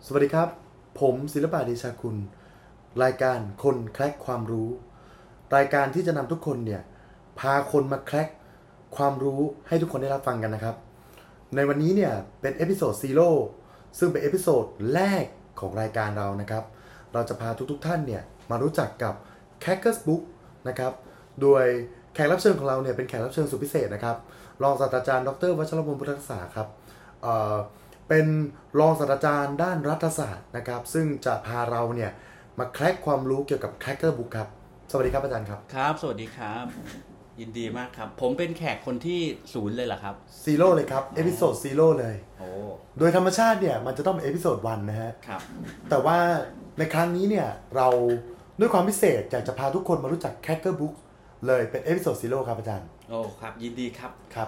สวัสดีครับผมศิลปะเดชาคุณรายการคนแคร็กความรู้รายการที่จะนำทุกคนเนี่ยพาคนมาแคร็กความรู้ให้ทุกคนได้รับฟังกันนะครับในวันนี้เนี่ยเป็นเอพิโซด0ซึ่งเป็นเอพิโซดแรกของรายการเรานะครับเราจะพาทุกท่านเนี่ยมารู้จักกับ Crackers Book นะครับโดยแขกรับเชิญของเราเนี่ยเป็นแขกรับเชิญสุดพิเศษนะครับรองศาสตราจารย์ดร.วชรพลพุทธรักษาครับเป็นรองศาสตราจารย์ด้านรัฐศาสตร์นะครับซึ่งจะพาเราเนี่ยมาแคร็กความรู้เกี่ยวกับ Cracker Book ครับสวัสดีครับอาจารย์ครับครับสวัสดีครับยินดีมากครับผมเป็นแขกคนที่0เลยเหรอครับ 0เลยครับเอพิโซด0เลยโอ้โดยธรรมชาติเนี่ยมันจะต้องเป็นเอพิโซด1นะฮะครับแต่ว่าในครั้งนี้เนี่ยเราด้วยความพิเศษอยากจะพาทุกคนมารู้จัก Cracker Book เลยเป็นเอพิโซด0ครับอาจารย์โอ้ครับยินดีครับครับ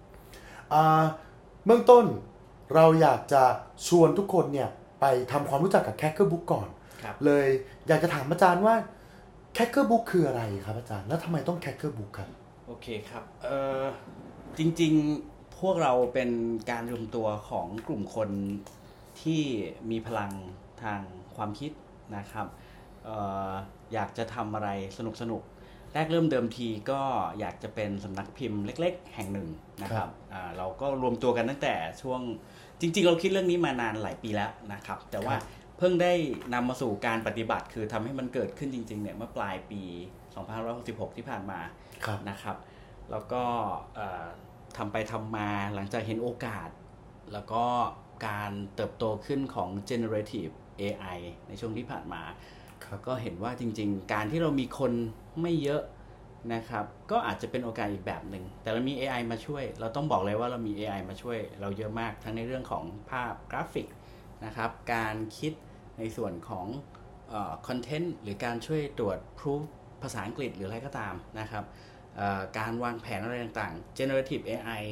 เบื้องต้นเราอยากจะชวนทุกคนเนี่ยไปทำความรู้จักกับ Cracker Book ก่อนเลยอยากจะถามอาจารย์ว่า Cracker Book คืออะไรครับอาจารย์แล้วทำไมต้อง Cracker Book ครับโอเคครับจริงๆพวกเราเป็นการรวมตัวของกลุ่มคนที่มีพลังทางความคิดนะครับอยากจะทำอะไรสนุกแรกเริ่มเดิมทีก็อยากจะเป็นสำนักพิมพ์เล็กๆแห่งหนึ่งนะครับเราก็รวมตัวกันตั้งแต่ช่วงจริงๆเราคิดเรื่องนี้มานานหลายปีแล้วนะครับแต่ว่าเพิ่งได้นำมาสู่การปฏิบัติคือทำให้มันเกิดขึ้นจริงๆเนี่ยเมื่อปลายปี2566ที่ผ่านมานะครับแล้วก็ทำไปทำมาหลังจากเห็นโอกาสแล้วก็การเติบโตขึ้นของ generative AI ในช่วงที่ผ่านมาก็เห็นว่าจริงๆการที่เรามีคนไม่เยอะนะครับก็อาจจะเป็นโอกาสอีกแบบหนึ่งแต่เรามี AI มาช่วยเราต้องบอกเลยว่าเรามี AI มาช่วยเราเยอะมากทั้งในเรื่องของภาพกราฟิกนะครับการคิดในส่วนของคอนเทนต์หรือการช่วยตรวจ proof ภาษาอังกฤษหรืออะไรก็ตามนะครับการวางแผนอะไรต่างๆ generative AI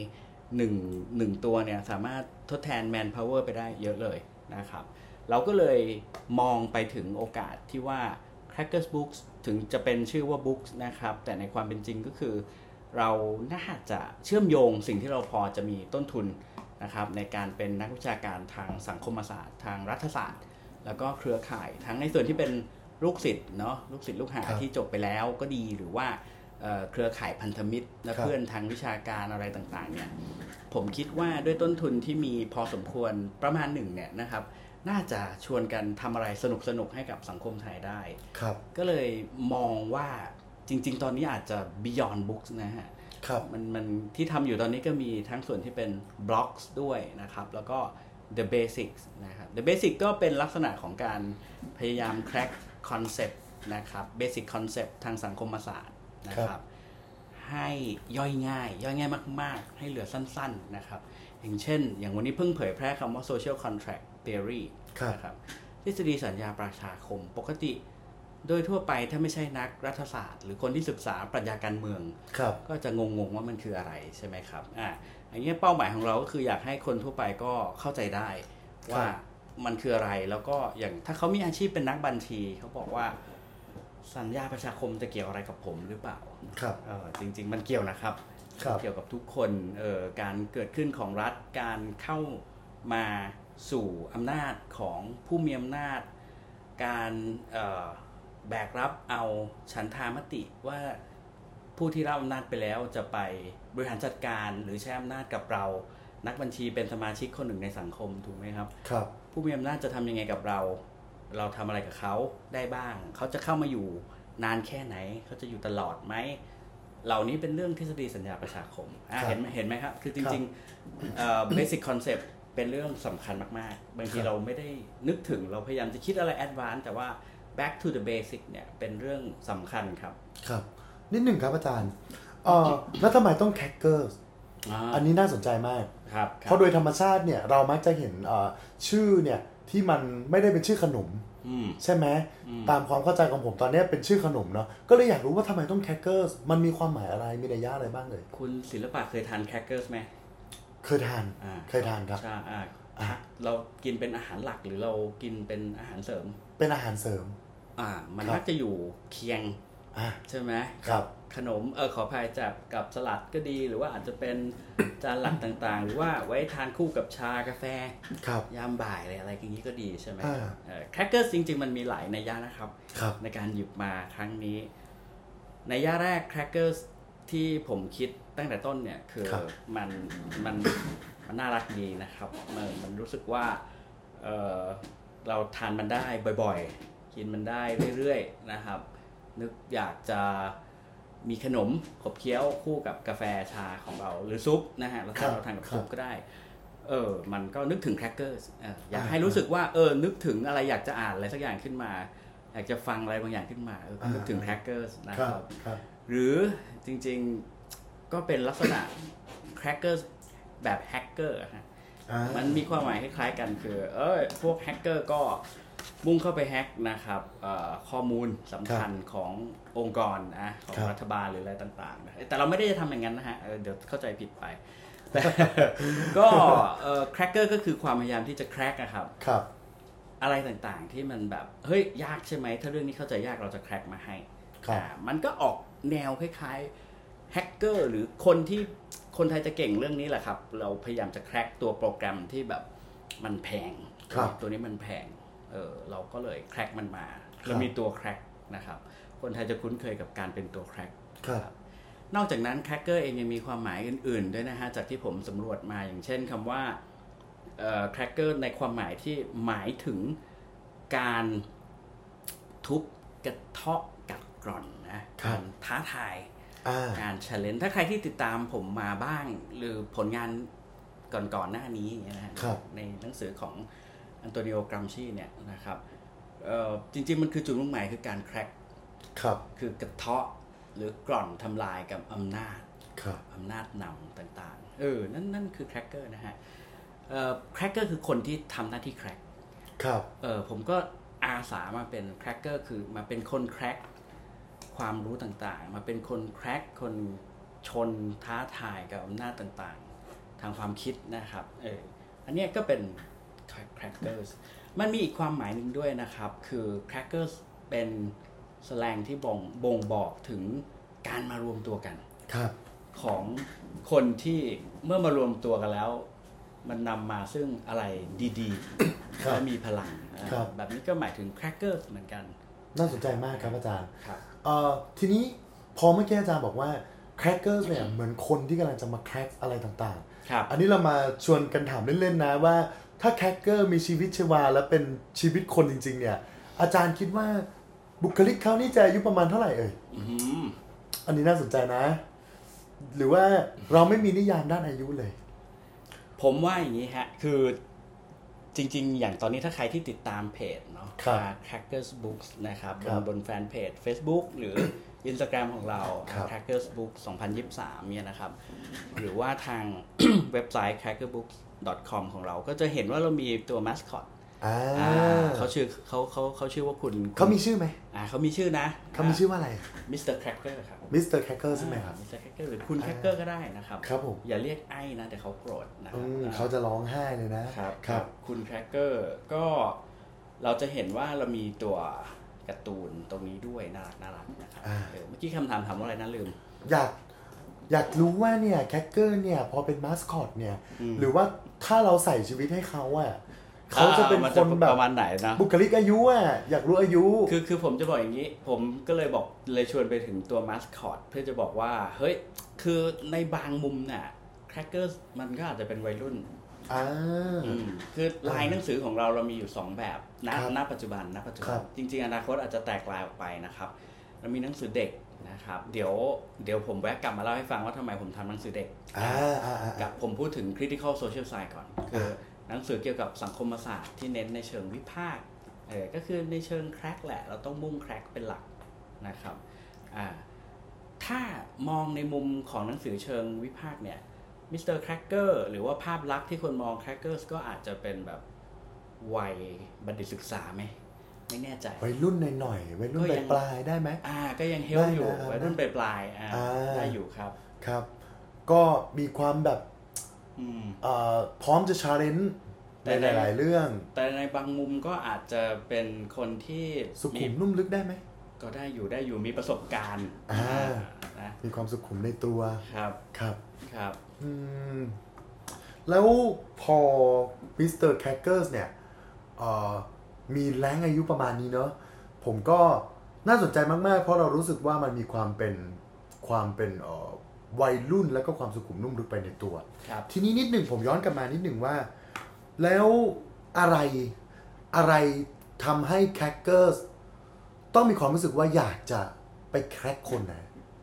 1ตัวเนี่ยสามารถทดแทน manpower ไปได้เยอะเลยนะครับเราก็เลยมองไปถึงโอกาสที่ว่า Crackers Books ถึงจะเป็นชื่อว่า Books นะครับแต่ในความเป็นจริงก็คือเราน่าจะเชื่อมโยงสิ่งที่เราพอจะมีต้นทุนนะครับในการเป็นนักวิชาการทางสังคมศาสตร์ทางรัฐศาสตร์แล้วก็เครือข่ายทั้งในส่วนที่เป็นลูกศิษย์เนาะลูกศิษย์ลูกหาที่จบไปแล้วก็ดีหรือว่าเครือข่ายพันธมิตรและเพื่อนทางวิชาการอะไรต่างๆเนี่ยผมคิดว่าด้วยต้นทุนที่มีพอสมควรประมาณ1เนี่ยนะครับน่าจะชวนกันทำอะไรสนุกๆให้กับสังคมไทยได้ก็เลยมองว่าจริงๆตอนนี้อาจจะ Beyond Books นะฮะมันที่ทำอยู่ตอนนี้ก็มีทั้งส่วนที่เป็น Blogs ด้วยนะครับแล้วก็ The Basics นะครับ The Basics ก็เป็นลักษณะของการพยายาม crack concept นะครับ Basic concept ทางสังคมศาสตร์นะครับให้ย่อยง่ายมากๆให้เหลือสั้นๆนะครับอย่างเช่นอย่างวันนี้เพิ่งเผยแพร่คำว่า social contract theory นะครับทฤษฎีสัญญาประชาคมปกติโดยทั่วไปถ้าไม่ใช่นักรัฐศาสตร์หรือคนที่ศึกษาปรัชญาการเมืองก็จะงงว่ามันคืออะไรใช่ไหมครับอย่างนี้เป้าหมายของเราก็คืออยากให้คนทั่วไปก็เข้าใจได้ว่ามันคืออะไรแล้วก็อย่างถ้าเขามีอาชีพเป็นนักบัญชีเขาบอกว่าสัญญาประชาคมจะเกี่ยวอะไรกับผมหรือเปล่าจริงๆมันเกี่ยวนะครับเกี่ยวกับทุกคนการเกิดขึ้นของรัฐการเข้ามาสู่อำนาจของผู้มีอำนาจการแบกรับเอาฉันทามติว่าผู้ที่รับอำนาจไปแล้วจะไปบริหารจัดการหรือใช้อำนาจกับเรานักบัญชีเป็นสมาชิกคนหนึ่งในสังคมถูกไหมครับผู้มีอำนาจจะทำยังไงกับเราทำอะไรกับเขาได้บ้างเขาจะเข้ามาอยู่นานแค่ไหนเขาจะอยู่ตลอดไหมเหล่านี้เป็นเรื่องทฤษฎีสัญญาประชาคมเห็นไหมครับคือจริงๆbasic concept เป็นเรื่องสำคัญมากๆบางทีเราไม่ได้นึกถึงเราพยายามจะคิดอะไร advance แต่ว่า back to the basic เนี่ยเป็นเรื่องสำคัญครับนิดหนึ่งครับอาจารย์แล้วทำไมต้อง Crackers อันนี้น่าสนใจมากเพราะโดยธรรมชาติเนี่ยเรามักจะเห็นชื่อเนี่ยที่มันไม่ได้เป็นชื่อขนมใช่ไหมตามความเข้าใจของผมตอนนี้เป็นชื่อขนมเนาะก็เลยอยากรู้ว่าทำไมต้อง Crackers มันมีความหมายอะไรมีนัยยะอะไรบ้างเลยคุณศิลปะเคยทาน Crackers ไหมเคยทานครับเรากินเป็นอาหารหลักหรือเรากินเป็นอาหารเสริมเป็นอาหารเสริมมันมักจะอยู่เคียงใช่ไหมขนมขออภัยจับกับสลัดก็ดีหรือว่าอาจจะเป็นจานหลักต่างๆหรือว่าไว้ทานคู่กับชากาแฟยามบ่ายอะไรอย่างนี้ก็ดีใช่ไหมแครกเกอร์จริงๆมันมีหลายนัยยะนะครับในการหยิบมาครั้งนี้นัยยะแรกแครกเกอร์ที่ผมคิดตั้งแต่ต้นเนี่ยคือมันน่ารักดีนะครับมันรู้สึกว่าเราทานมันได้บ่อยๆกินมันได้เรื่อยๆนะครับนึกอยากจะมีขนมขบเคี้ยวคู่กับกาแฟชาของเราหรือซุปนะฮะเราทานกับซุปก็ได้มันก็นึกถึงแครกเกอร์อยากให้รู้สึกว่านึกถึงอะไรอยากจะอ่านอะไรสักอย่างขึ้นมาอยากจะฟังอะไรบางอย่างขึ้นมาก็นึกถึงแครกเกอร์นะครับหรือจริงๆก็เป็นลักษณะแครกเกอร์แบบแฮกเกอร์มันมีความหมายคล้ายๆกันคือพวกแฮกเกอร์ก็มุ่งเข้าไปแฮกนะครับข้อมูลสำคัญขององค์กรของรัฐบาลหรืออะไรต่างๆนะแต่เราไม่ได้จะทำอย่างนั้นนะฮะเดี๋ยวเข้าใจผิดไปก็แครกเกอร์ก็คือความพยายามที่จะแครกนะครับอะไรต่างๆที่มันแบบเฮ้ยยากใช่ไหมถ้าเรื่องนี้เข้าใจยากเราจะแครกมาให้มันก็ออกแนวคล้ายๆแฮกเกอร์หรือคนไทยจะเก่งเรื่องนี้แหละครับเราพยายามจะแครกตัวโปรแกรมที่แบบมันแพงตัวนี้มันแพงเราก็เลยแครกมันมาเรามีตัวแครกนะครับคนไทยจะคุ้นเคยกับการเป็นตัวแครกนอกจากนั้นแครกเกอร์เองยังมีความหมายอื่นๆด้วยนะฮะจากที่ผมสำรวจมาอย่างเช่นคำว่าแครกเกอร์ในความหมายที่หมายถึงการทุบกระเทาะกัดกร่อนนะการท้าทายการ challenge ถ้าใครที่ติดตามผมมาบ้างหรือผลงานก่อนหน้านี้อย่างเงี้ยนะฮะในหนังสือของอันโตนิโอกรัมชีเนี่ยนะครับจริงๆมันคือจุดมุ่งหมายคือการแครกคือกระเทาะหรือกร่อนทำลายกับอำนาจนำต่างๆนั่นคือแครกเกอร์นะฮะแครกเกอร์คือคนที่ทำหน้าที่แครกผมก็อาสามาเป็นแครกเกอร์คือมาเป็นคนแครกความรู้ต่างๆมาเป็นคนแครกคนชนท้าทายกับอำนาจต่างๆทางความคิดนะครับอันนี้ก็เป็นcrackers มันมีอีกความหมายหนึ่งด้วยนะครับคือ crackers เป็นสแลงที่บ่งบอกถึงการมารวมตัวกันของคนที่เมื่อมารวมตัวกันแล้วมันนำมาซึ่งอะไรดีๆและมีพลังแบบนี้ก็หมายถึง crackers เหมือนกันน่าสนใจมากครับอาจารย์ทีนี้พอเมื่อกี้อาจารย์บอกว่า crackers เนี่ยเหมือนคนที่กำลังจะมา crack อะไรต่างๆอันนี้เรามาชวนกันถามเล่นๆนะว่าถ้าแครกเกอร์มีชีวิตชีวาและเป็นชีวิตคนจริงๆเนี่ยอาจารย์คิดว่าบุคลิกเขานี่จะอายุประมาณเท่าไหร่เอ่ยอันนี้น่าสนใจนะหรือว่าเราไม่มีนิยามด้านอายุเลยผมว่าอย่างนี้ฮะคือจริงๆอย่างตอนนี้ถ้าใครที่ติดตามเพจเนาะ Crackers Books นะครับบนแฟนเพจ Facebook หรือ Instagram ของเรา Crackers Books 2023เนี่ยนะครับหรือว่าทาง เว็บไซต์ crackerbooks.com ของเราก็จะเห็นว่าเรามีตัวมาสคอตเขาชื่อว่าคุณเขามีชื่อไหมเขามีชื่อนะเขามีชื่อว่าอะไรมิสเตอร์แครกเกอร์ครับมิสเตอร์แครกเกอร์ใช่ไหมครับมิสเตอร์แครกเกอร์หรือคุณแครกเกอร์ก็ได้นะครับครับผมอย่าเรียกไอ้นะเดี๋ยวเขาโกรธนะครับเขาจะร้องไห้เลยนะครับคุณแครกเกอร์ก็เราจะเห็นว่าเรามีตัวการ์ตูนตรงนี้ด้วยน่ารักนะครับเมื่อกี้คำถามว่าอะไรนะลืมอยากรู้ว่าเนี่ยแครกเกอร์เนี่ยพอเป็นมาสคอตเนี่ยหรือว่าถ้าเราใส่ชีวิตให้เขาเขาจะเป็นคนแบบประมาณไหนนะบุคลิกอายุอยากรู้อายุคือผมจะบอกอย่างนี้ผมก็เลยชวนไปถึงตัวมาสคอตเพื่อจะบอกว่าเฮ้ยคือในบางมุมน่ะแครกเกอร์มันก็อาจจะเป็นวัยรุ่นคือลายหนังสือของเรามีอยู่2แบบณปัจจุบันจริงๆอนาคตอาจจะแตกลายออกไปนะครับเรามีหนังสือเด็กนะครับเดี๋ยวผมแวะกลับมาเล่าให้ฟังว่าทำไมผมทำหนังสือเด็กกับผมพูดถึง critical social science ก่อนคือหนังสือเกี่ยวกับสังคมศาสตร์ที่เน้นในเชิงวิพากษ์ก็คือในเชิงแครกแหละเราต้องมุ่งแครกเป็นหลักนะครับถ้ามองในมุมของหนังสือเชิงวิพากษ์เนี่ยมิสเตอร์แครกเกอร์หรือว่าภาพลักษณ์ที่คนมองแครกเกอร์ก็อาจจะเป็นแบบวัยบัณฑิตศึกษาไหมไม่แน่ใจวัยรุ่นหน่อยวัยรุ่นปลายได้ไหมก็ยังเฮลอยู่วัยรุ่นปลายได้อยู่ครับก็มีความแบบพร้อมจะ challenge ในหลายๆเรื่องแต่ในบางมุมก็อาจจะเป็นคนที่สุขุมนุ่มลึกได้ไหมก็ได้อยู่มีประสบการณ์นะมีความสุขุมในตัวครับแล้วพอมิสเตอร์แคคเกอร์สเนี่ยมีแรงอายุประมาณนี้เนอะผมก็น่าสนใจมากๆเพราะเรารู้สึกว่ามันมีความเป็นวัยรุ่นแล้วก็ความสุขุมนุ่มลึกไปในตัวทีนี้นิดหนึ่งผมย้อนกลับมานิดหนึ่งว่าแล้วอะไรทำให้แคคเกอร์สต้องมีความรู้สึกว่าอยากจะไปแคร็กคนนะ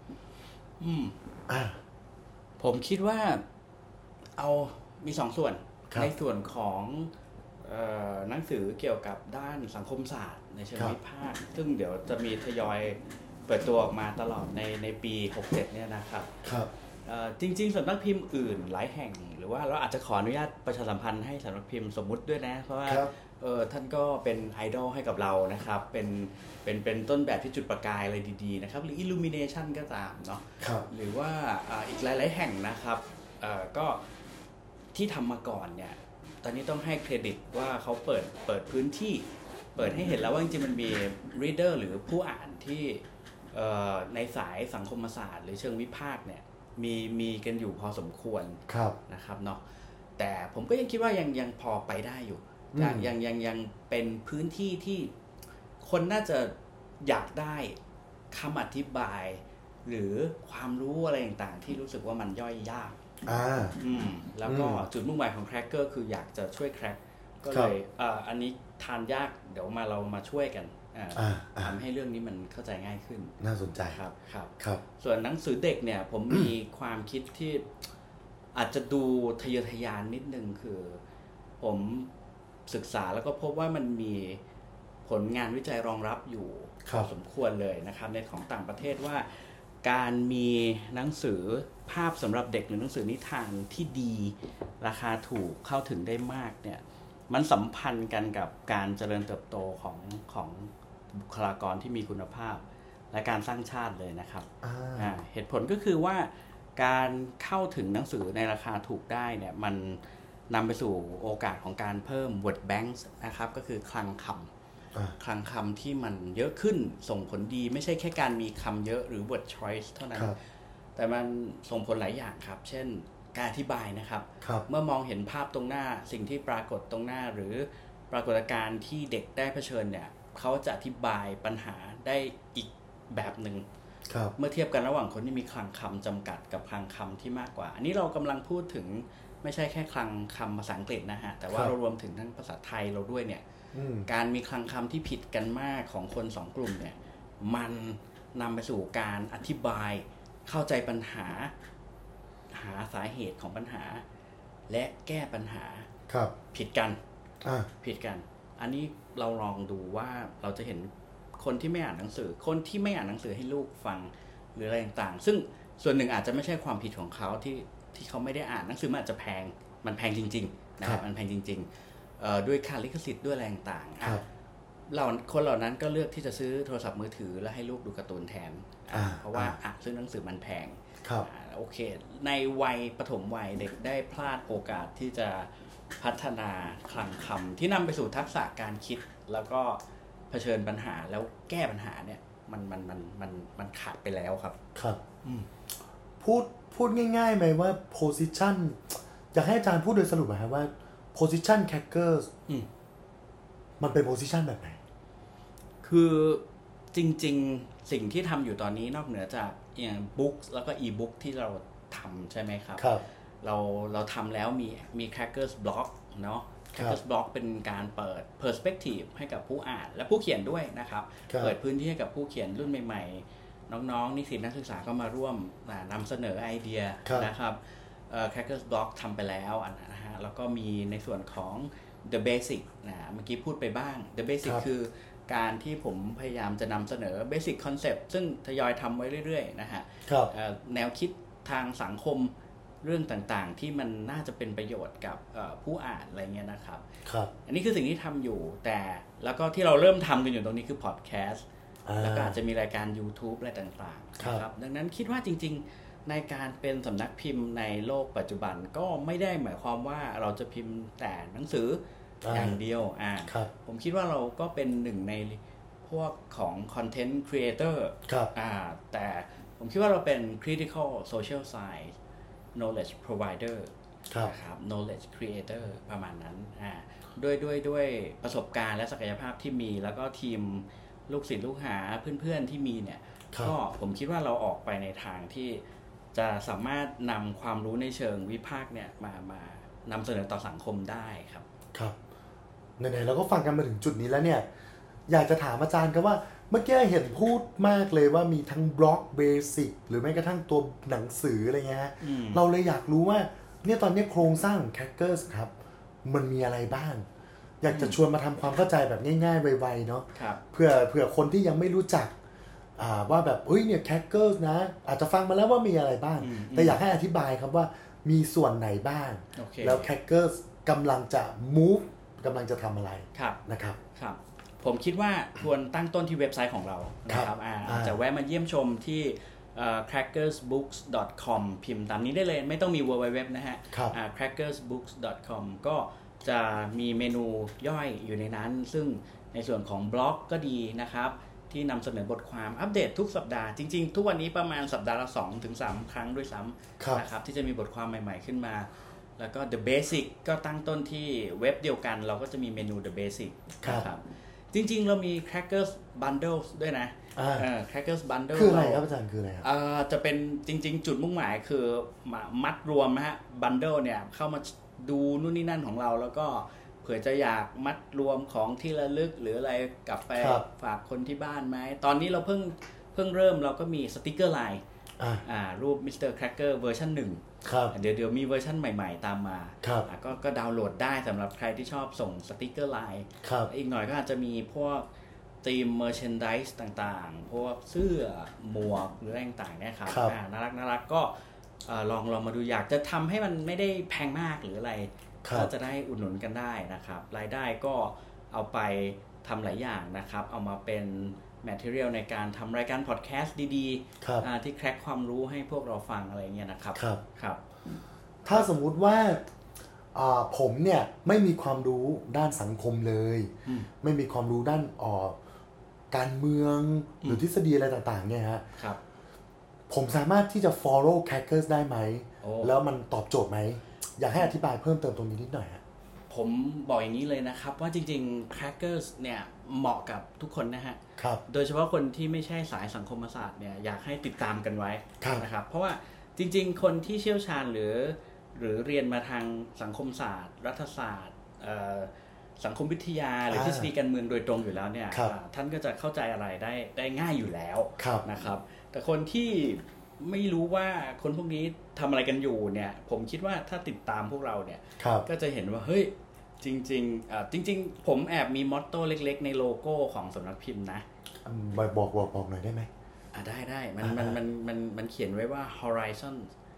ผมคิดว่ามีสองส่วนในส่วนของหนังสือเกี่ยวกับด้านสังคมศาสตร์ในเชิงวิพากษ์ซึ่งเดี๋ยวจะมีทยอยเปิดตัวออกมาตลอดในปี67เนี่ยนะครับจริงๆสำนักพิมพ์อื่นหลายแห่งหรือว่าเราอาจจะขออนุญาตประชาสัมพันธ์ให้สำนักพิมพ์สมมุติด้วยนะเพราะว่าท่านก็เป็นไอดอลให้กับเรานะครับเป็นต้นแบบที่จุดประกายอะไรดีๆนะครับหรือ Illumination ก็ตามเนาะหรือว่าอีกหลายๆแห่งนะครับก็ที่ทำมาก่อนเนี่ยตอนนี้ต้องให้เครดิตว่าเขาเปิดพื้นที่เปิดให้เห็นแล้วว่าจริงๆมันมี reader หรือผู้อ่านที่ในสายสังคมศาสตร์หรือเชิงวิพากษ์เนี่ยมีกันอยู่พอสมควรนะครับเนาะแต่ผมก็ยังคิดว่ายังพอไปได้อยู่ยังเป็นพื้นที่ที่คนน่าจะอยากได้คำอธิบายหรือความรู้อะไรต่างๆที่รู้สึกว่ามันย่อยยากแล้วก็จุดมุ่งหมายของแคร็กเกอร์คืออยากจะช่วยแคร็กก็เลยอันนี้ทานยากเดี๋ยวเรามาช่วยกันทำให้เรื่องนี้มันเข้าใจง่ายขึ้นน่าสนใจครับส่วนหนังสือเด็กเนี่ยผมมีความคิดที่อาจจะดูทะเยอทะยานนิดนึงคือผมศึกษาแล้วก็พบว่ามันมีผลงานวิจัยรองรับอยู่พอสมควรเลยนะครับในของต่างประเทศว่าการมีหนังสือภาพสำหรับเด็กหรือหนังสือนิทานที่ดีราคาถูกเข้าถึงได้มากเนี่ยมันสัมพันธ์กันกับการเจริญเติบโตของบุคลากรที่มีคุณภาพและการสร้างชาติเลยนะครับเหตุผลก็คือว่าการเข้าถึงหนังสือในราคาถูกได้เนี่ยมันนำไปสู่โอกาสของการเพิ่ม word banks นะครับก็คือคลังคำที่มันเยอะขึ้นส่งผลดีไม่ใช่แค่การมีคำเยอะหรือ word choice เท่านั้นแต่มันส่งผลหลายอย่างครับเช่นการอธิบายนะครับเมื่อมองเห็นภาพตรงหน้าสิ่งที่ปรากฏตรงหน้าหรือปรากฏการณ์ที่เด็กได้เผชิญเนี่ยเขาจะอธิบายปัญหาได้อีกแบบหนึ่งเมื่อเทียบกันระหว่างคนที่มีคลังคำจำกัดกับคลังคำที่มากกว่าอันนี้เรากำลังพูดถึงไม่ใช่แค่คลังคำภาษาอังกฤษนะฮะแต่ว่าเรารวมถึงทั้งภาษาไทยเราด้วยเนี่ยการมีคลังคำที่ผิดกันมากของคนสองกลุ่มเนี่ยมันนำไปสู่การอธิบายเข้าใจปัญหาหาสาเหตุของปัญหาและแก้ปัญหาผิดกันอันนี้เราลองดูว่าเราจะเห็นคนที่ไม่อ่านหนังสือคนที่ไม่อ่านหนังสือให้ลูกฟังหรืออะไรต่างๆซึ่งส่วนหนึ่งอาจจะไม่ใช่ความผิดของเขาที่เขาไม่ได้อ่านหนังสือมันอาจจะแพงมันแพงจริงๆนะครับมันแพงจริงๆด้วยค่าลิขสิทธิ์ด้วยอะไรต่างๆคนเหล่านั้นก็เลือกที่จะซื้อโทรศัพท์มือถือแล้วให้ลูกดูการ์ตูนแทนเพราะว่าซื้อหนังสือมันแพงโอเคในวัยปฐมวัยเด็กได้พลาดโอกาสที่จะพัฒนาคลังคำที่นำไปสู่ทักษะการคิดแล้วก็เผชิญปัญหาแล้วแก้ปัญหาเนี่ยมันขาดไปแล้วครับพูดง่ายๆไหมว่า position อยากให้อาจารย์พูดโดยสรุปนะครับว่า position crackers มันเป็น position แบบไหนคือจริงๆสิ่งที่ทำอยู่ตอนนี้นอกเหนือจากอย่างบุ๊กแล้วก็อีบุ๊กที่เราทำใช่ไหมครับเราทำแล้วมี crackers blog เนาะ crackers blog เป็นการเปิด perspective ให้กับผู้อ่านและผู้เขียนด้วยนะครับเปิดพื้นที่ให้กับผู้เขียนรุ่นใหม่ๆน้องๆนิสิตนักศึกษาก็มาร่วมนำเสนอไอเดียนะครับcrackers blog ทำไปแล้วนะฮะแล้วก็มีในส่วนของ the basic เมื่อกี้พูดไปบ้าง the basic คือการที่ผมพยายามจะนำเสนอ basic concept ซึ่งทยอยทำไว้เรื่อยๆนะฮะแนวคิดทางสังคมเรื่องต่างๆที่มันน่าจะเป็นประโยชน์กับผู้อ่านอะไรเงี้ยนะครับอันนี้คือสิ่งที่ทำอยู่แต่แล้วก็ที่เราเริ่มทำกันอยู่ตรงนี้คือ podcast แล้วก็อาจจะมีรายการ YouTube อะไรต่างๆนะครับดังนั้นคิดว่าจริงๆในการเป็นสำนักพิมพ์ในโลกปัจจุบันก็ไม่ได้หมายความว่าเราจะพิมพ์แต่หนังสืออย่างเดียวผมคิดว่าเราก็เป็นหนึ่งในพวกของ content creator ครับแต่ผมคิดว่าเราเป็น critical social science knowledge provider นะครับ knowledge creator ประมาณนั้นด้วยประสบการณ์และศักยภาพที่มีแล้วก็ทีมลูกศิษย์ลูกหาเพื่อนๆที่มีเนี่ยก็ผมคิดว่าเราออกไปในทางที่จะสามารถนำความรู้ในเชิงวิพากษ์เนี่ยมานำเสนอต่อสังคมได้ครับครับไหนๆเราก็ฟังกันมาถึงจุดนี้แล้วเนี่ยอยากจะถามอาจารย์ครับว่าเมื่อกี้เห็นพูดมากเลยว่ามีทั้งบล็อกเบสิกหรือแม้กระทั่งตัวหนังสืออะไรเงี้ยเราเลยอยากรู้ว่าเนี่ยตอนนี้โครงสร้างของ Crackers ครับมันมีอะไรบ้างอยากจะชวนมาทำความเข้าใจแบบง่ายๆไวๆเนาะเพื่อคนที่ยังไม่รู้จักว่าแบบเนี่ย Crackers นะอาจจะฟังมาแล้วว่ามีอะไรบ้างแต่อยากให้อธิบายครับว่ามีส่วนไหนบ้างแล้ว Crackers กำลังจะ move กำลังจะทำอะไรนะครับผมคิดว่าควรตั้งต้นที่เว็บไซต์ของเรานะครับอาจจะแวะมาเยี่ยมชมที่crackersbooks.com พิมพ์ตามนี้ได้เลยไม่ต้องมี www นะฮะcrackersbooks.com ก็จะมีเมนูย่อยอยู่ในนั้นซึ่งในส่วนของบล็อกก็ดีนะครับที่นำเสนอบทความอัปเดตทุกสัปดาห์จริงๆทุกวันนี้ประมาณสัปดาห์ละ 2-3 ครั้งด้วยซ้ำนะครับที่จะมีบทความใหม่ๆขึ้นมาแล้วก็ The Basic ก็ตั้งต้นที่เว็บเดียวกันเราก็จะมีเมนู The Basic นะครับจริงๆเรามี Crackers Bundles ด้วยนะCrackers Bundle คืออะไรครับอาจารย์คืออะไรครับจะเป็นจริงๆจุดมุ่งหมายคือมัดรวมนะฮะ Bundle เนี่ยเข้ามาดูนู่นนี่นั่นของเราแล้วก็เผื่อจะอยากมัดรวมของที่ระลึกหรืออะไรกลับไปฝากคนที่บ้านไหมตอนนี้เราเพิ่งเริ่มเราก็มีสติ๊กเกอร์ไลน์รูป Mr. Cracker เวอร์ชัน1เดี๋ยวมีเวอร์ชันใหม่ๆตามมาก็ดาวน์โหลดได้สำหรับใครที่ชอบส่งสติ๊กเกอร์ไลน์อีกหน่อยก็อาจจะมีพวกทีม merchandise ต่างๆพวกเสื้อหมวกหรืออะไรต่างๆเนี่ยครับน่ารักก็ลองมาดูอยากจะทำให้มันไม่ได้แพงมากหรืออะไรก็จะได้อุดหนุนกันได้นะครับรายได้ก็เอาไปทำหลายอย่างนะครับเอามาเป็นmaterial ในการทำรายการพอดแคสต์ดีๆที่แคร็กความรู้ให้พวกเราฟังอะไรเงี้ยนะครับครับถ้าสมมุติว่าผมเนี่ยไม่มีความรู้ด้านสังคมเลยไม่มีความรู้ด้านการเมืองหรือทฤษฎีอะไรต่างๆเนี่ยฮะผมสามารถที่จะ follow Crackers ได้ไหมแล้วมันตอบโจทย์ไหมอยากให้อธิบายเพิ่มเติมตรงนี้นิดหน่อยฮะผมบอกอย่างนี้เลยนะครับว่าจริงๆ Crackers เนี่ยเหมาะกับทุกคนนะฮะโดยเฉพาะคนที่ไม่ใช่สายสังคมศาสตร์เนี่ยอยากให้ติดตามกันไว้นะครับเพราะว่าจริงๆคนที่เชี่ยวชาญหรือเรียนมาทางสังคมศาสตร์รัฐศาสตร์สังคมวิทยาหรือทฤษฎีการเมืองโดยตรงอยู่แล้วเนี่ยท่านก็จะเข้าใจอะไรได้ง่ายอยู่แล้วนะครับแต่คนที่ไม่รู้ว่าคนพวกนี้ทำอะไรกันอยู่เนี่ยผมคิดว่าถ้าติดตามพวกเราเนี่ยก็จะเห็นว่าเฮ้ยจริงผมแอบมีมอตโต้เล็กๆในโลโก้ของสำนักพิมพ์นะบอกหน่อยได้ไหมได้มันเขียนไว้ว่า Horizon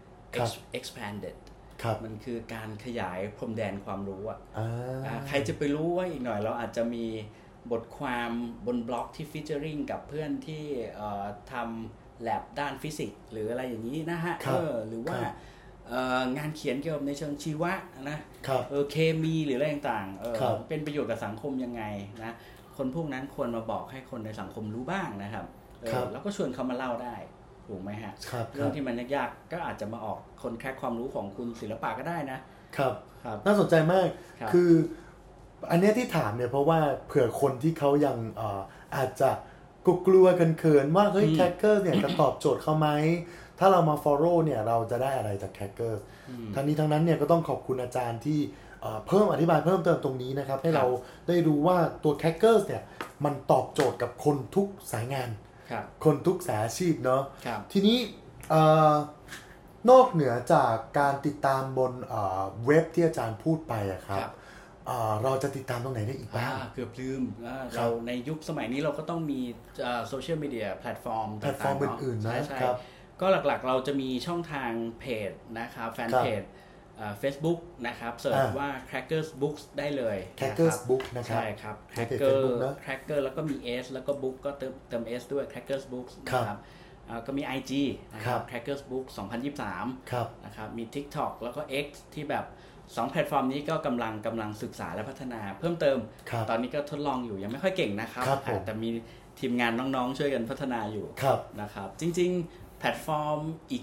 Expanded มันคือการขยายพรมแดนความรู้ใครจะไปรู้ว่าอีกหน่อยเราอาจจะมีบทความบนบล็อกที่ฟีเจอริงกับเพื่อนที่ทำแลบด้านฟิสิกส์หรืออะไรอย่างนี้นะฮะหรือว่างานเขียนเกี่ยวกับในเชิงชีวะนะเคมีหรืออะไรต่างๆเป็นประโยชน์กับสังคมยังไงนะคนพวกนั้นควรมาบอกให้คนในสังคมรู้บ้างนะครับแล้วก็ชวนเขามาเล่าได้ถูกไหมฮะเรื่องที่มันยากๆก็อาจจะมาออกคนแคร็กความรู้ของคุณศิลปะก็ได้นะครับน่าสนใจมากคืออันนี้ที่ถามเนี่ยเพราะว่าเผื่อคนที่เขายังอาจจะกลัวกันเขินว่าเฮ้ย Crackers เนี่ยจะตอบโจทย์เขาไหมถ้าเรามา follow เนี่ยเราจะได้อะไรจาก Crackers ทั้งนี้ทั้งนั้นเนี่ยก็ต้องขอบคุณอาจารย์ที่เพิ่มอธิบายเพิ่มเติมตรงนี้นะครับให้เราได้รู้ว่าตัว Crackers เนี่ยมันตอบโจทย์กับคนทุกสายงานคนทุกสายอาชีพเนาะทีนี้นอกเหนือจากการติดตามบนเว็บที่อาจารย์พูดไปอะครับเราจะติดตามตรงไหนได้อีกบ้างเกือบลืมเราในยุคสมัยนี้เราก็ต้องมีโซเชียลมีเดียแพลตฟอร์มต่างๆอื่นๆนะครับก็หลักๆเราจะมีช่องทางเพจนะครับแฟนเพจFacebook นะครับเสิร์ชว่า Crackers Books ได้เลย Crackers Books นะครับใช่ครับ Cracker แล้วก็มี S แล้วก็ Book ก็เติม S ด้วย Crackers Books นะครับก็มี IG นะครับ Crackers Books 2023นะครับมี TikTok แล้วก็ X ที่แบบ 2แพลตฟอร์มนี้ก็กำลังศึกษาและพัฒนาเพิ่มเติมตอนนี้ก็ทดลองอยู่ยังไม่ค่อยเก่งนะครับแต่มีทีมงานน้องๆช่วยกันพัฒนาอยู่นะครับจริงๆแพลตฟอร์มอีก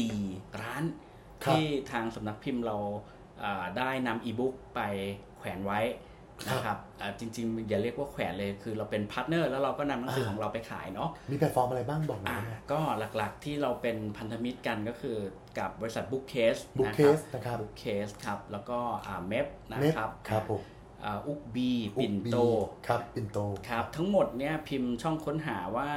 4ร้านที่ทางสำนักพิมพ์เราได้นำอีบุ๊กไปแขวนไว้นะครับจริงๆอย่าเรียกว่าแขวนเลยคือเราเป็นพาร์ทเนอร์แล้วเราก็นำหนังสือของเราไปขายเนาะมีแพลตฟอร์มอะไรบ้างบอกหน่อยก็หลักๆที่เราเป็นพันธมิตรกันก็คือกับบริษัท Bookcase นะครับ Bookcase ครับแล้วก็เมฟนะครับครับผมอุกบีปิ่นโตครับปิ่นโตครับทั้งหมดเนี้ยพิมพ์ช่องค้นหาว่า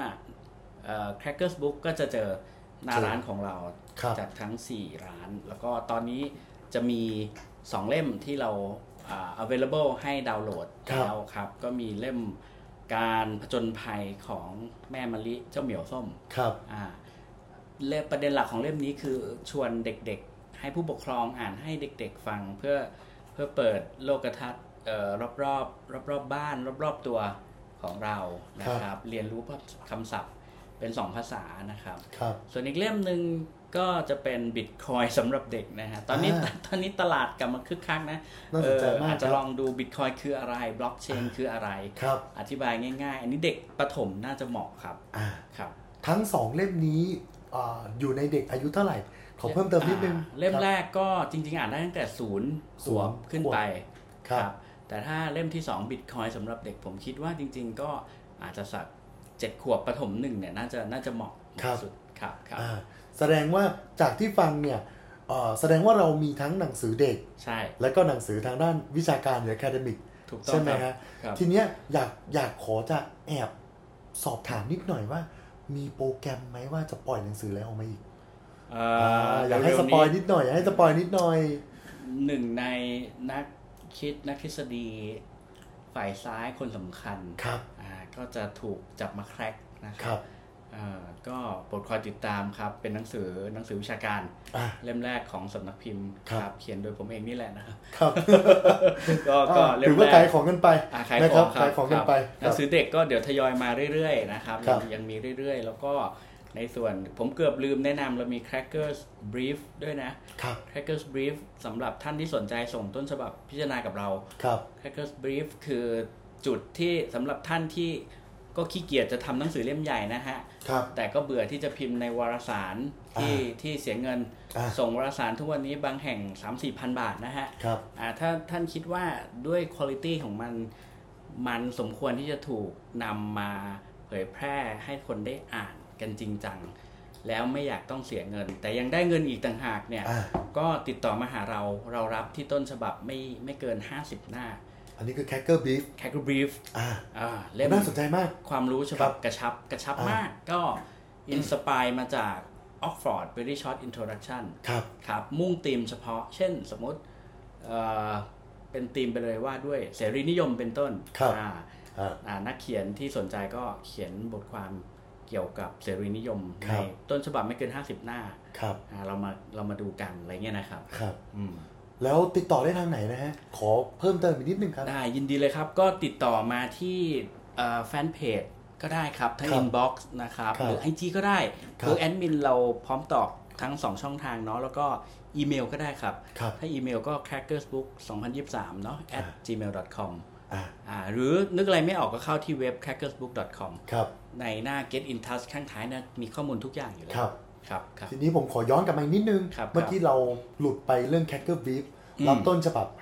Crackers Book ก็จะเจอหน้าร้านของเราจากทั้ง4ร้านแล้วก็ตอนนี้จะมี2เล่มที่เราavailable ให้ดาวน์โหลดแล้วครับก็มีเล่มการผจญภัยของแม่มะลิเจ้าเหมียวส้มครับประเด็นหลักของเล่มนี้คือชวนเด็กๆให้ผู้ปกครองอ่านให้เด็กๆฟังเพื่อเปิดโลกทัศน์รอบบ้านรอบตัวของเรานะครับเรียนรู้คำศัพท์เป็น2ภาษานะครับส่วนอีกเล่มนึงก็จะเป็น Bitcoin สำหรับเด็กนะฮะตอนนี้ตลาดกลับมาคึกคักนะอาจจะลองดู Bitcoin คืออะไร Blockchain คืออะไรอธิบายง่ายๆอันนี้เด็กประถมน่าจะเหมาะครับครับทั้ง2เล่มนี้อยู่ในเด็กอายุเท่าไหร่ขอเพิ่มเติมนิดนึงเล่มแรกก็จริงๆอ่านได้ตั้งแต่0 ขวบขึ้นไปครับแต่ถ้าเล่มที่2 Bitcoin สำหรับเด็กผมคิดว่าจริงๆก็อาจจะสัก7 ขวบประถม1เนี่ยน่าจะเหมาะสุดครับแสดงว่าจากที่ฟังเนี่ยแสดงว่าเรามีทั้งหนังสือเด็กใช่แล้วก็หนังสือทางด้านวิชาการหรือ academic ใช่ไหมฮะทีเนี้ยอยากขอจะแอบสอบถามนิดหน่อยว่ามีโปรแกรมไหมว่าจะปล่อยหนังสือแล้วออกมาอีกอยากให้สปอยนิดหน่อยให้สปอยนิดหน่อยหนึ่งในนักทฤษฎีฝ่ายซ้ายคนสำคัญก็จะถูกจับมาแคร็กนะครับก็โปรดคอยติดตามครับเป็นหนังสือวิชาการเล่มแรกของสำนักพิมพ์ครับเขียนโดยผมเองนี่แหละนะครับก็เล่มแรกถือว่าขายของกันไปนะครับขายของกันไปหนังสือเด็กก็เดี๋ยวทยอยมาเรื่อยๆนะครับยังมีเรื่อยๆแล้วก็ในส่วนผมเกือบลืมแนะนำเรามี Crackers Brief ด้วยนะ Crackers Brief สำหรับท่านที่สนใจส่งต้นฉบับพิจารณากับเรา Crackers Brief คือจุดที่สำหรับท่านที่ก็ขี้เกียจจะทำหนังสือเล่มใหญ่นะฮะแต่ก็เบื่อที่จะพิมพ์ในวารสารที่เสียเงินส่งวารสารทุกวันนี้บางแห่ง 3-4 พันบาทนะฮะถ้าท่านคิดว่าด้วยคุณภาพของมันสมควรที่จะถูกนำมาเผยแพร่ให้คนได้อ่านกันจริงจังแล้วไม่อยากต้องเสียเงินแต่ยังได้เงินอีกต่างหากเนี่ยก็ติดต่อมาหาเรารับที่ต้นฉบับไม่เกิน50 หน้าอันนี้คือ Cracker Brief เล่มน่าสนใจมากความรู้ฉบับกระชับมากก็อินสไปร์มาจาก Oxford Very Short Introduction ครับมุ่งธีมเฉพาะเช่นสมมติเป็นธีมไปเลยว่าด้วยเสรีนิยมเป็นต้นนักเขียนที่สนใจก็เขียนบทความเกี่ยวกับเสรีนิยมในต้นฉบับไม่เกิน50 หน้าเรามาดูกันอะไรเงี้ยนะครับแล้วติดต่อได้ทางไหนนะฮะขอเพิ่มเติมอีกนิดนึงครับได้ยินดีเลยครับก็ติดต่อมาที่แฟนเพจก็ได้ครับทั้ง inbox นะครับหรือ IG ก็ได้คือแอดมินเราพร้อมตอบทั้ง2ช่องทางเนาะแล้วก็อีเมลก็ได้ครับถ้าอีเมลก็ crackersbook2023 เนาะ@gmail.com หรือนึกอะไรไม่ออกก็เข้าที่เว็บ crackersbook.com ในหน้า get in touch ข้างท้ายนะมีข้อมูลทุกอย่างอยู่แล้วครับทีนี้ผมขอย้อนกลับมานิดนึงเมื่อกี้เราหลุดไปเรื่อง Cracker Brief รับต้นฉบับ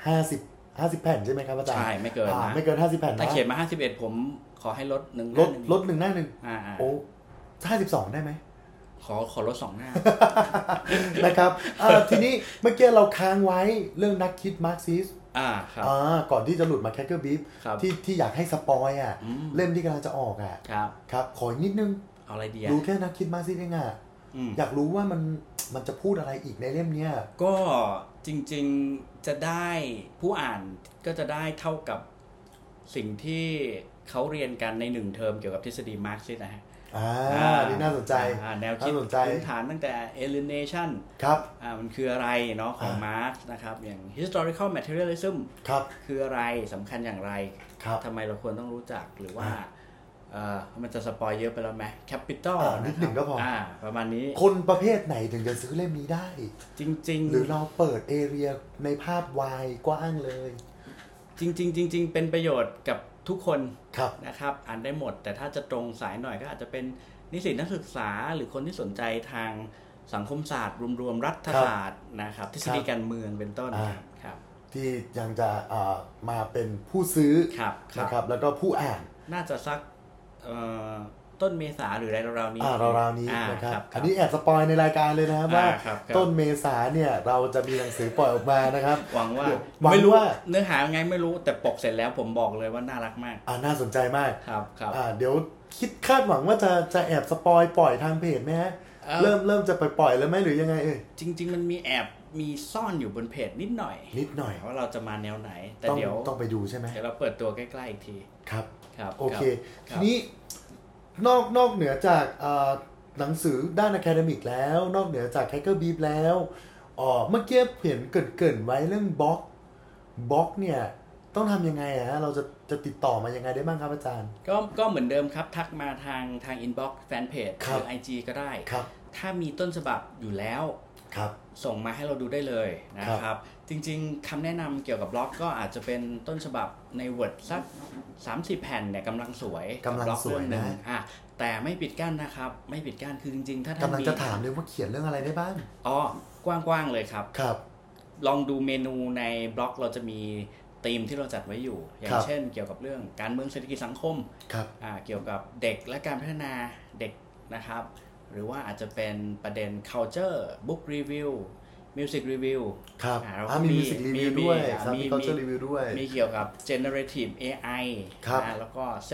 50 แผ่นใช่ไหมครับอาจารย์ใช่ไม่เกิน 50 แผ่นถ้าเขียนมา51ผมขอให้ลด1 หน้านึงโอ้52ได้ไหมขอลด2 หน้านะครับทีนี้เมื่อกี้เราค้างไว้เรื่องนักคิดมาร์กซิสครับก่อนที่จะหลุดมา Cracker Brief ที่อยากให้สปอยเล่มที่กำลังจะออกครับขออีกนิดนึงเอาอะไรดีดูแค่นักคิดมาร์กซิสเองอยากรู้ว่ามันจะพูดอะไรอีกในเล่มเนี้ยก็จริงๆจะได้ผู้อ่านก็จะได้เท่ากับสิ่งที่เขาเรียนกันใน1 เทอมเกี่ยวกับทฤษฎีมาร์กซิสนะฮะนี่น่าสนใจแนวคิดพื้นฐานตั้งแต่ alienation ครับมันคืออะไรเนาะของมาร์กซ์นะครับอย่าง historical materialism คืออะไรสำคัญอย่างไรทำไมเราควรต้องรู้จักหรือว่ามันจะสปอยเยอะไปแล้วไหมแคปิตอลนิดหนึ่งก็พอประมาณนี้คนประเภทไหนถึงจะซื้อเล่มนี้ได้จริงๆหรือเราเปิดเอเรียในภาพวายกว้างเลยจริงเป็นประโยชน์กับทุกคนนะครับอ่านได้หมดแต่ถ้าจะตรงสายหน่อยก็อาจจะเป็นนิสิตนักศึกษาหรือคนที่สนใจทางสังคมศาสตร์รวมๆรัฐศาสตร์นะครับทฤษฎีการเมืองเป็นต้นครับที่ยังจะมาเป็นผู้ซื้อนะครับแล้วก็ผู้อ่านน่าจะสักต้นเมษาหรืออะไรราวๆนี้ราวๆนี้นะครับอันนี้แอบสปอยในรายการเลยนะครับว่าต้นเมษาเนี่ยเราจะมีหนังสือปล่อยออกมานะครับหวังว่าไม่รู้ว่าเนื้อหาไงไม่รู้แต่ปกเสร็จแล้วผมบอกเลยว่าน่ารักมากน่าสนใจมากครับเดี๋ยวคิดคาดหวังว่าจะแอบสปอยปล่อยทางเพจไหมฮะเริ่มจะปล่อยแล้วไหมหรือยังไงจริงๆมันมีแอบมีซ่อนอยู่บนเพจนิดหน่อยว่าเราจะมาแนวไหนแต่เดี๋ยวต้องไปดูใช่ไหมเดี๋ยวเราเปิดตัวใกล้ๆอีกทีครับโอเคทีนี้นอกเหนือจากหนังสือด้านอะคาเดมิกแล้วนอกเหนือจาก Hacker Beef แล้วเมื่อกี้เห็นเกริ่นไว้เรื่องบล็อกเนี่ยต้องทำยังไงฮะเราจะติดต่อมายังไงได้บ้างครับอาจารย์ก็เหมือนเดิมครับทักมาทางอินบ็อกซ์แฟนเพจหรือ IG ก็ได้ถ้ามีต้นฉบับอยู่แล้วส่งมาให้เราดูได้เลยนะครับจริงๆคำแนะนำเกี่ยวกับบล็อกก็อาจจะเป็นต้นฉบับใน Word สัก 30 แผ่นเนี่ยกำลังสวยบล็อกเรื่องนึงแต่ไม่ปิดกั้นนะครับไม่ปิดกั้นคือจริงๆถ้าท่านกำลังจะถามเลยว่าเขียนเรื่องอะไรได้บ้างกว้างๆเลยครับลองดูเมนูในบล็อกเราจะมีธีมที่เราจัดไว้อยู่อย่างเช่นเกี่ยวกับเรื่องการเมืองเศรษฐกิจสังคมเกี่ยวกับเด็กและการพัฒนาเด็กนะครับหรือว่าอาจจะเป็นประเด็น culture book review music review ครับมี music review ด้วยมี culture review ด้วยมีเกี่ยวกับ generative AI แล้วก็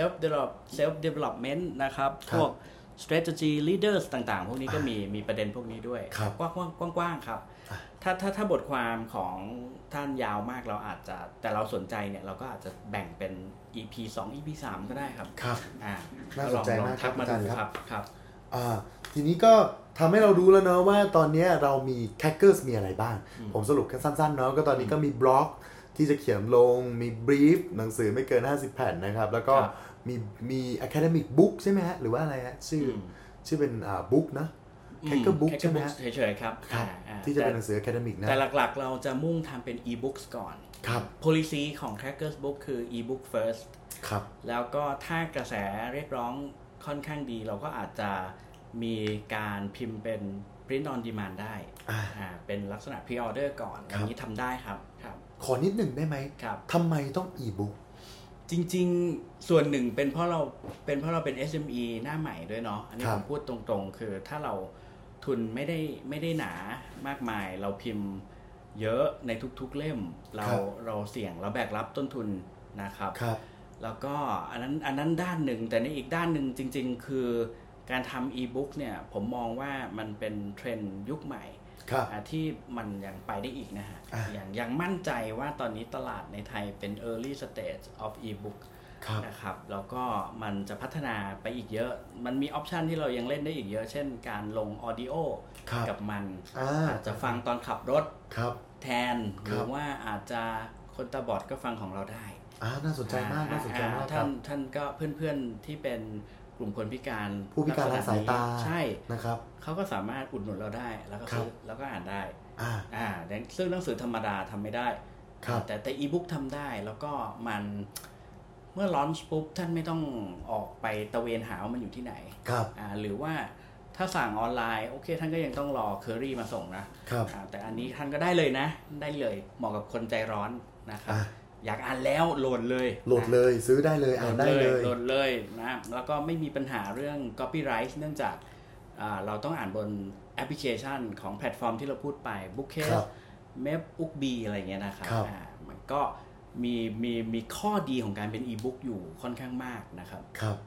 self development นะครับพวก strategy leaders ต่างๆพวกนี้ก็มีประเด็นพวกนี้ด้วยกว้างๆครับถ้าบทความของท่านยาวมากเราอาจจะแต่เราสนใจเนี่ยเราก็อาจจะแบ่งเป็น EP 2 EP 3ก็ได้ครับน่าสนใจมากครับอาจารย์ครับทีนี้ก็ทำให้เรารู้แล้วเนาะว่าตอนนี้เรามี Hackers มีอะไรบ้างผมสรุปแค่สั้นๆเนาะก็ตอนนี้ก็มีบล็อกที่จะเขียนลงมีบรีฟหนังสือไม่เกิน50แผ่นนะครับแล้วก็มี academic book ใช่ไหมฮะหรือว่าอะไรฮะชื่อเป็นbook นะ Hacker book ใช่ไหมฮะเฉยๆครับที่จะเป็นหนังสือ academic นะแต่หลักๆเราจะมุ่งทำเป็น e-books ก่อนครับ policy ของ Hackers book คือ e-book first ครับแล้วก็ถ้ากระแสเรียกร้องค่อนข้างดีเราก็อาจจะมีการพิมพ์เป็น print on demand ได้เป็นลักษณะ pre-order ก่อนอย่างนี้ทำได้ครับขอนิดหนึ่งได้ไหมทำไมต้อง e-book จริงๆส่วนหนึ่งเป็นเพราะเราเป็น SME หน้าใหม่ด้วยเนาะอันนี้ผมพูดตรงๆคือถ้าเราทุนไม่ได้หนามากมายเราพิมพ์เยอะในทุกๆเล่มเราเสี่ยงเราแบกรับต้นทุนนะครับแล้วก็อันนั้นด้านหนึ่งแต่ในอีกด้านหนึ่งจริงๆคือการทำ e-book เนี่ยผมมองว่ามันเป็นเทรนด์ยุคใหม่ที่มันยังไปได้อีกนะฮะยังมั่นใจว่าตอนนี้ตลาดในไทยเป็น early stage of e-book นะครับแล้วก็มันจะพัฒนาไปอีกเยอะมันมีออปชันที่เรายังเล่นได้อีกเยอะเช่นการลง audio กับมันอาจจะฟังตอนขับรถแทนหรือว่าอาจจะคนตาบอดก็ฟังของเราได้น่าสนใจมากท่านก็เพื่อนๆที่เป็นกลุ่มคนพิการผู้พิการทางสายตาใช่นะครับเขาก็สามารถอุดหนุนเราได้แล้วก็ซื้อแล้วก็อ่านได้ซึ่งหนังสือธรรมดาทำไม่ได้แต่อีบุ๊กทำได้แล้วก็มันเมื่อลอนช์ปุ๊บท่านไม่ต้องออกไปตะเวนหาว่ามันอยู่ที่ไหนหรือว่าถ้าสั่งออนไลน์โอเคท่านก็ยังต้องรอเคอรี่มาส่งนะแต่อันนี้ท่านก็ได้เลยนะได้เลยเหมาะกับคนใจร้อนนะครับอยากอ่านแล้วโหลดเลยซื้อได้เลยอ่านได้เลยโหลดเลยนะแล้วก็ไม่มีปัญหาเรื่อง copyright เนื่องจากเราต้องอ่านบนแอปพลิเคชันของแพลตฟอร์มที่เราพูดไป Bookcase Mebbookbee อะไรเงี้ยนะครับมันก็มีข้อดีของการเป็น e-book อยู่ค่อนข้างมากนะครับ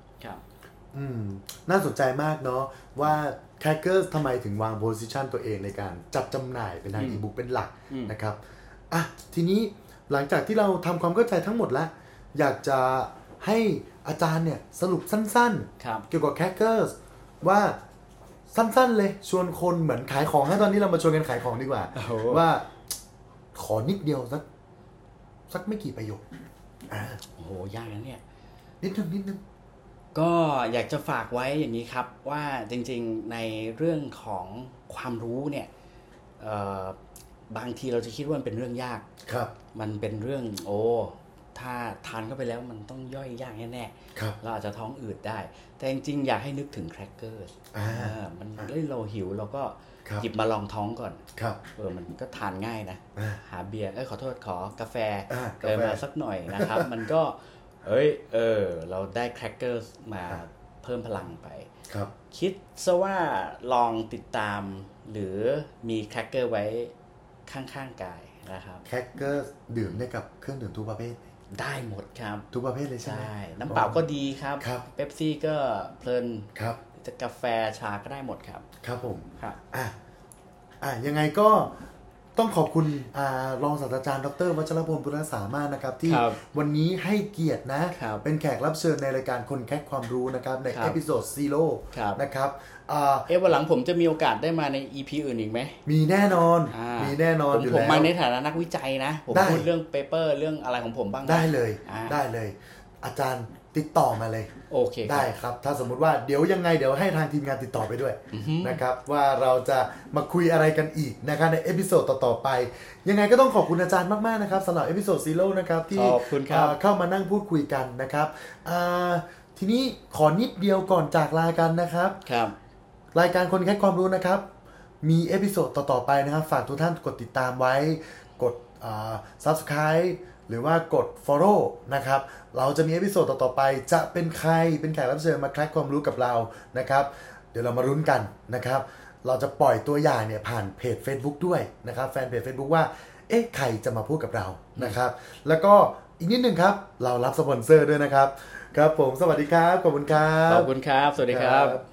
น่าสนใจมากเนาะว่า Hackers ทำไมถึงวาง position ตัวเองในการจัดจำหน่ายเป็นทาง e-book เป็นหลักนะครับทีนี้หลังจากที่เราทำความเข้าใจทั้งหมดแล้วอยากจะให้อาจารย์เนี่ยสรุปสั้นๆเกี่ยวกับ Hackers ว่าสั้นๆเลยชวนคนเหมือนขายของให้ตอนนี้เรามาชวนกันขายของดีกว่าว่าขอนิดเดียวสักไม่กี่ประโยคโอ้โหยากนะเนี่ยนิดนึงก็อยากจะฝากไว้อย่างนี้ครับว่าจริงๆในเรื่องของความรู้เนี่ยบางทีเราจะคิดว่ามันเป็นเรื่องยากครับมันเป็นเรื่องถ้าทานเข้าไปแล้วมันต้องย่อยยากแน่ๆเราอาจจะท้องอืดได้แต่จริงๆอยากให้นึกถึงแครกเกอร์มันเราหิวเราก็หยิบมาลองท้องก่อนมันก็ทานง่ายนะหาเบียร์ขอโทษขอกาแฟมาสักหน่อยนะครับมันก็เราได้แครกเกอร์มาเพิ่มพลังไปคิดซะว่าลองติดตามหรือมีแครกเกอร์ไว้ข้างๆกายนะครับแครกเกอร์ดื่มได้กับเครื่องดื่มทุกประเภทได้หมดครับทุกประเภทเลยใช่ไหมน้ำเปล่าก็ดีครับเป๊ปซี่ก็เพลินจะกาแฟชาก็ได้หมดครับครับผมครับยังไงก็ต้องขอบคุณรองศาสตราจารย์ดร.วัชรพล ปุณณสามารถนะครับที่วันนี้ให้เกียรตินะเป็นแขกรับเชิญในรายการคนแคกความรู้นะครับในเอพิโซด0นะครับวันหลังผมจะมีโอกาสได้มาใน EP อื่นอีกไหมมีแน่นอนอยู่แล้วผมมาในฐานะนักวิจัยนะผมพูดเรื่องเปเปอร์เรื่องอะไรของผมบ้างได้เลยอาจารย์ติดต่อมาเลยโอเคได้ครับถ้าสมมุติว่าเดี๋ยวยังไงเดี๋ยวให้ทางทีมงานติดต่อไปด้วยนะครับว่าเราจะมาคุยอะไรกันอีกนะครับในเอพิโซดต่อๆไปยังไงก็ต้องขอบคุณอาจารย์มากๆนะครับสำหรับเอพิโซด0นะครับที่เข้ามานั่งพูดคุยกันนะครับทีนี้ขอนิดเดียวก่อนจากลากันนะครับรายการคนแคกความรู้นะครับมีเอพิโซดต่อๆไปนะครับฝากทุกท่านกดติดตามไว้กดSubscribe หรือว่ากด follow นะครับเราจะมีเอพิโซดต่อๆไปจะเป็นใครเป็นแขกรับเชิญมาแคร็กความรู้กับเรานะครับเดี๋ยวเรามารุ้นกันนะครับเราจะปล่อยตัวอย่างเนี่ยผ่านเพจ Facebook ด้วยนะครับแฟนเพจ Facebook ว่าใครจะมาพูดกับเรานะครับแล้วก็อีกนิดนึงครับเรารับสปอนเซอร์ด้วยนะครับครับผมสวัสดีครับขอบคุณครับขอบคุณครับสวัสดีครับ